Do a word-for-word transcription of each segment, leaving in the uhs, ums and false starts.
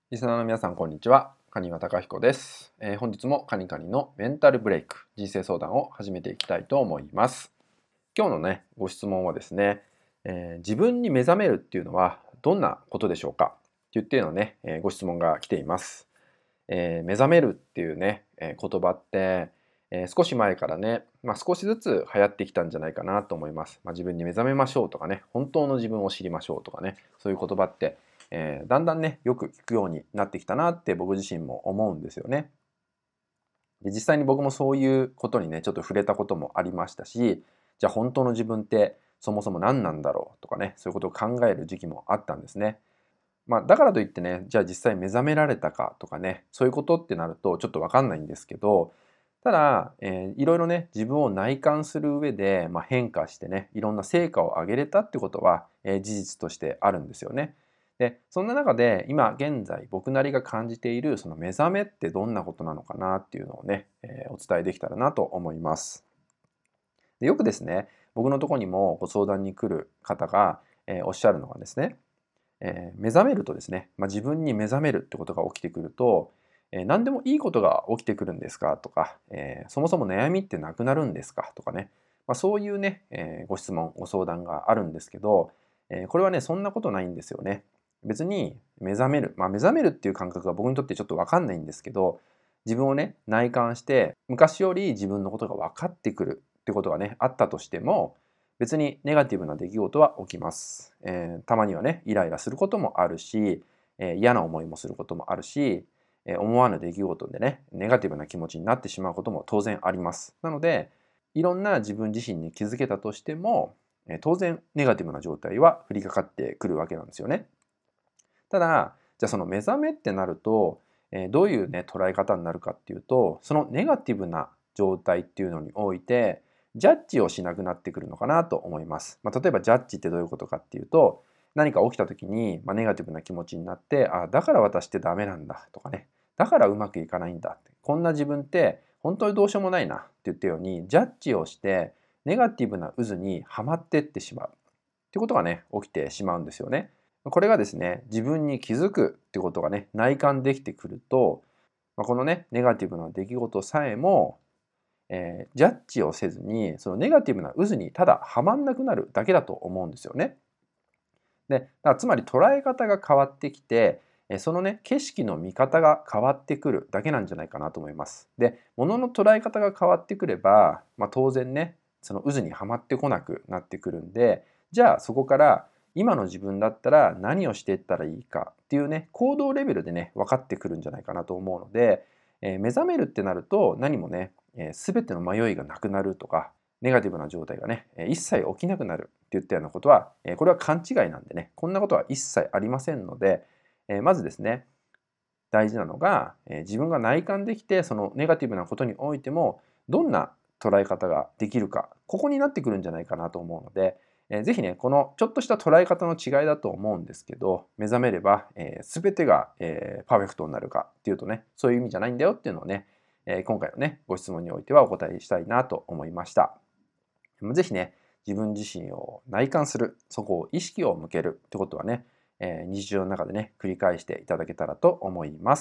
リスナーの皆さん、こんにちは。蟹場貴彦です、えー本日もカニカニのメンタルブレイク、人生相談を始めていきたいと思います。今日のね、ご質問はですね、えー自分に目覚めるっていうのはどんなことでしょうかって言ってのね、えーご質問が来ています。えー目覚めるっていうね、えー言葉って、えー少し前からね、まあ、少しずつ流行ってきたんじゃないかなと思います。まあ、自分に目覚めましょうとかね、本当の自分を知りましょうとかね、そういう言葉って、えーだんだんね、よく聞くようになってきたなって僕自身も思うんですよね。で、実際に僕もそういうことにね、ちょっと触れたこともありましたし、じゃあ本当の自分ってそもそも何なんだろうとかね、そういうことを考える時期もあったんですね。まあ、だからといってね、じゃあ実際目覚められたかとかね、そういうことってなるとちょっとわかんないんですけど、ただ、えーいろいろね、自分を内観する上で、まあ、変化してね、いろんな成果を上げれたってことは、えー事実としてあるんですよね。で、そんな中で今現在僕なりが感じているその目覚めってどんなことなのかなっていうのをね、えーお伝えできたらなと思います。で、よくですね、僕のところにもご相談に来る方が、えーおっしゃるのがですね、えー目覚めるとですね、まあ、自分に目覚めるってことが起きてくると、えー何でもいいことが起きてくるんですかとか、えーそもそも悩みってなくなるんですかとかね、まあ、そういうね、えーご質問、ご相談があるんですけど、えーこれはね、そんなことないんですよね。別に目覚める、まあ、目覚めるっていう感覚が僕にとってちょっとわかんないんですけど、自分をね、内観して、昔より自分のことが分かってくるってことがね、あったとしても、別にネガティブな出来事は起きます。えーたまにはね、イライラすることもあるし、えー嫌な思いもすることもあるし、えー思わぬ出来事でね、ネガティブな気持ちになってしまうことも当然あります。なので、いろんな自分自身に気づけたとしても、えー当然ネガティブな状態は降りかかってくるわけなんですよね。ただ、じゃあその目覚めってなると、えーどういうね、捉え方になるかっていうと、そのネガティブな状態っていうのにおいて、ジャッジをしなくなってくるのかなと思います。まあ、例えばジャッジってどういうことかっていうと、何か起きた時に、まあ、ネガティブな気持ちになって、あ、だから私ってダメなんだとかね、だからうまくいかないんだって、こんな自分って本当にどうしようもないなって言ったように、ジャッジをして、ネガティブな渦にはまってってしまうってことがね、起きてしまうんですよね。これがですね、自分に気づくってことがね、内観できてくると、まあ、このね、ネガティブな出来事さえも、えージャッジをせずに、そのネガティブな渦にただはまんなくなるだけだと思うんですよね。で、だからつまり捉え方が変わってきて、えそのね、景色の見方が変わってくるだけなんじゃないかなと思います。で、物の捉え方が変わってくれば、まあ、当然ね、その渦にはまってこなくなってくるんで、じゃあそこから今の自分だったら何をしていったらいいかっていうね、行動レベルでね、分かってくるんじゃないかなと思うので、えー目覚めるってなると何もね、えー、全ての迷いがなくなるとか、ネガティブな状態がね、一切起きなくなるっていったようなことは、これは勘違いなんでね、こんなことは一切ありませんので、まずですね、大事なのが、自分が内観できて、そのネガティブなことにおいても、どんな捉え方ができるか、ここになってくるんじゃないかなと思うので、ぜひね、このちょっとした捉え方の違いだと思うんですけど、目覚めれば、えー、全てが、えーパーフェクトになるかっていうとね、そういう意味じゃないんだよっていうのをね、えー今回のね、ご質問においてはお答えしたいなと思いました。ぜひね、自分自身を内観する、そこを意識を向けるってことはね、えー日常の中でね、繰り返していただけたらと思います。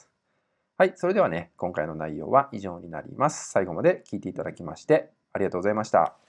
はい、それではね、今回の内容は以上になります。最後まで聞いていただきましてありがとうございました。